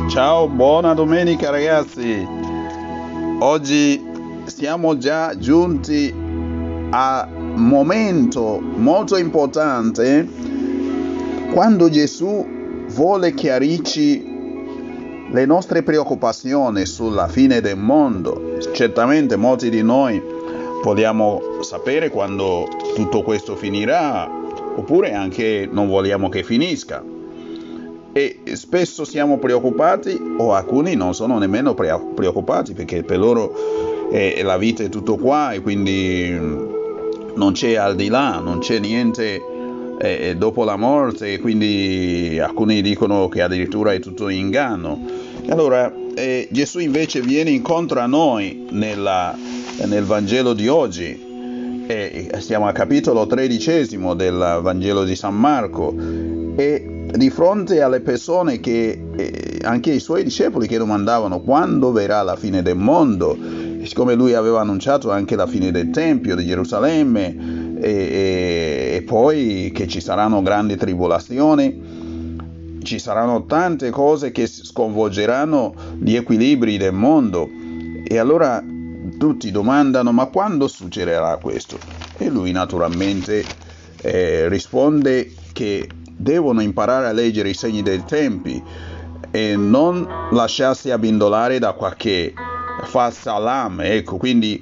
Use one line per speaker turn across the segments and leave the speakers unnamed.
Ciao, buona domenica ragazzi. Oggi siamo già giunti a un momento molto importante quando Gesù vuole chiarirci le nostre preoccupazioni sulla fine del mondo. Certamente molti di noi vogliamo sapere quando tutto questo finirà, oppure anche non vogliamo che finisca. E spesso siamo preoccupati, o alcuni non sono nemmeno preoccupati, perché per loro la vita è tutto qua e quindi non c'è al di là, non c'è niente dopo la morte, e quindi alcuni dicono che addirittura è tutto inganno. Allora Gesù invece viene incontro a noi nel Vangelo di oggi. Siamo al capitolo 13 del Vangelo di San Marco, e di fronte alle persone che anche i suoi discepoli che domandavano quando verrà la fine del mondo, siccome lui aveva annunciato anche la fine del Tempio di Gerusalemme e poi che ci saranno grandi tribolazioni, ci saranno tante cose che sconvolgeranno gli equilibri del mondo, e allora tutti domandano: ma quando succederà questo? E lui naturalmente risponde che devono imparare a leggere i segni dei tempi e non lasciarsi abbindolare da qualche falsa lame. Ecco, quindi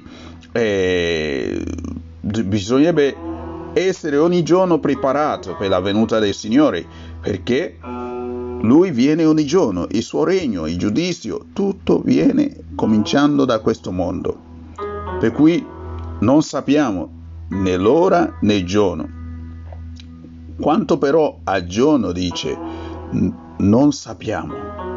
bisognerebbe essere ogni giorno preparato per la venuta del Signore, perché Lui viene ogni giorno, il suo regno, il giudizio, tutto viene cominciando da questo mondo. Per cui non sappiamo né l'ora né il giorno. Quanto però al giorno, dice, non sappiamo.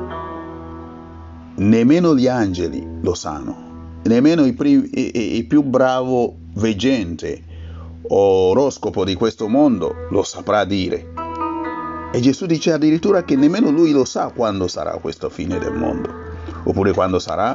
Nemmeno gli angeli lo sanno, nemmeno il più bravo veggente o oroscopo di questo mondo lo saprà dire. E Gesù dice addirittura che nemmeno lui lo sa quando sarà questa fine del mondo, oppure quando sarà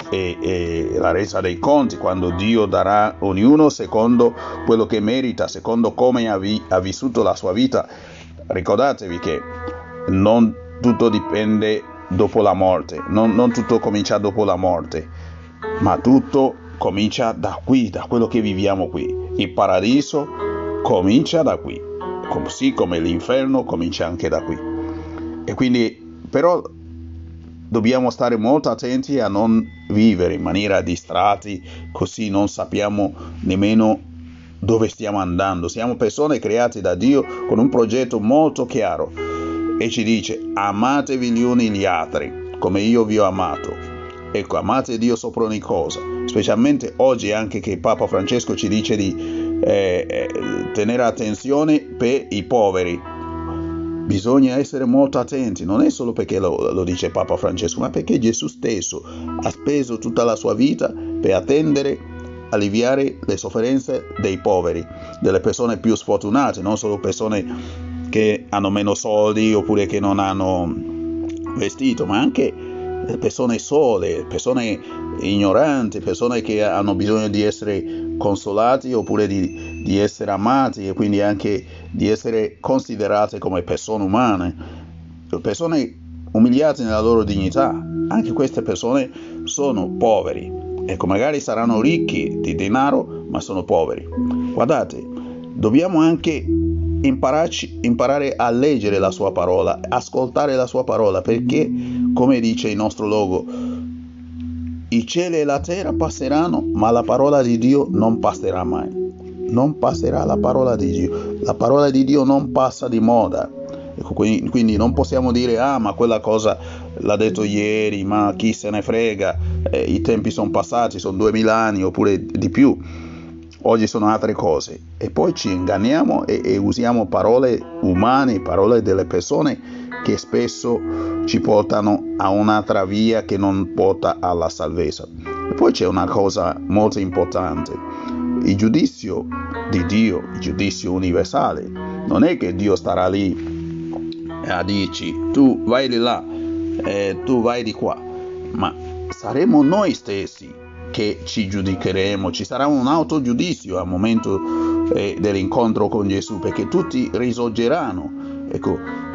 la resa dei conti, quando Dio darà ognuno secondo quello che merita, secondo come ha vissuto la sua vita. Ricordatevi che non tutto dipende dopo la morte, non tutto comincia dopo la morte, ma tutto comincia da qui, da quello che viviamo qui. Il paradiso comincia da qui, così come l'inferno comincia anche da qui. E quindi però dobbiamo stare molto attenti a non vivere in maniera distratti, così non sappiamo nemmeno dove stiamo andando. Siamo persone create da Dio con un progetto molto chiaro, e ci dice: amatevi gli uni gli altri come io vi ho amato. Ecco, amate Dio sopra ogni cosa, specialmente oggi anche che Papa Francesco ci dice di tenere attenzione per i poveri. Bisogna essere molto attenti, non è solo perché lo dice Papa Francesco, ma perché Gesù stesso ha speso tutta la sua vita per attendere, alleviare le sofferenze dei poveri, delle persone più sfortunate, non solo persone che hanno meno soldi oppure che non hanno vestito, ma anche persone sole, persone ignoranti, persone che hanno bisogno di essere consolati oppure di essere amati, e quindi anche di essere considerate come persone umane, persone umiliate nella loro dignità. Anche queste persone sono poveri. Ecco, magari saranno ricchi di denaro, ma sono poveri. Guardate, dobbiamo anche imparare a leggere la sua parola, ascoltare la sua parola, perché, come dice il nostro logo, i cieli e la terra passeranno, ma la parola di Dio non passerà mai. Non passerà la parola di Dio. La parola di Dio non passa di moda. Ecco, quindi non possiamo dire: ah, ma quella cosa l'ha detto ieri, ma chi se ne frega, i tempi sono passati, sono 2000 anni oppure di più, oggi sono altre cose. E poi ci inganniamo e usiamo parole umane, parole delle persone che spesso ci portano a un'altra via che non porta alla salvezza. E poi c'è una cosa molto importante: il giudizio di Dio, il giudizio universale. Non è che Dio starà lì a dirci: tu vai di là, tu vai di qua, ma saremo noi stessi che ci giudicheremo. Ci sarà un autogiudizio al momento dell'incontro con Gesù, perché tutti risorgeranno. Ecco,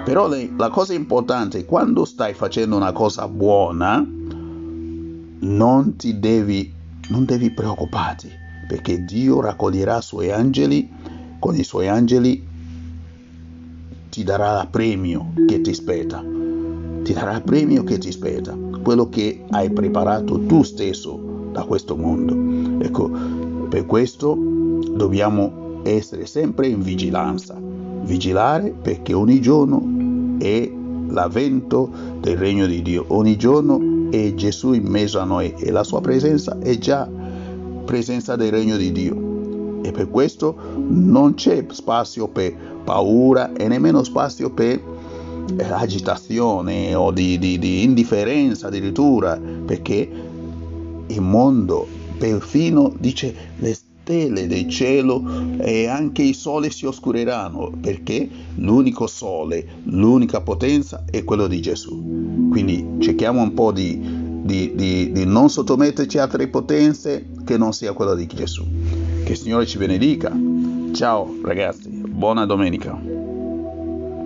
Però la cosa importante è quando stai facendo una cosa buona, non devi preoccuparti, perché Dio raccoglierà i suoi angeli, con i suoi angeli ti darà il premio che ti spetta. Ti darà il premio che ti spetta, quello che hai preparato tu stesso da questo mondo. Ecco, per questo dobbiamo essere sempre in vigilanza, vigilare, perché ogni giorno è l'avvento del regno di Dio, ogni giorno è Gesù in mezzo a noi e la sua presenza è già presenza del regno di Dio, e per questo non c'è spazio per paura e nemmeno spazio per agitazione o di indifferenza addirittura, perché il mondo, perfino dice, le stelle del cielo e anche i sole si oscuriranno, perché l'unico sole, l'unica potenza è quello di Gesù. Quindi cerchiamo un po' di non sottometterci a altre potenze che non sia quella di Gesù. Che il Signore ci benedica. Ciao ragazzi, buona domenica.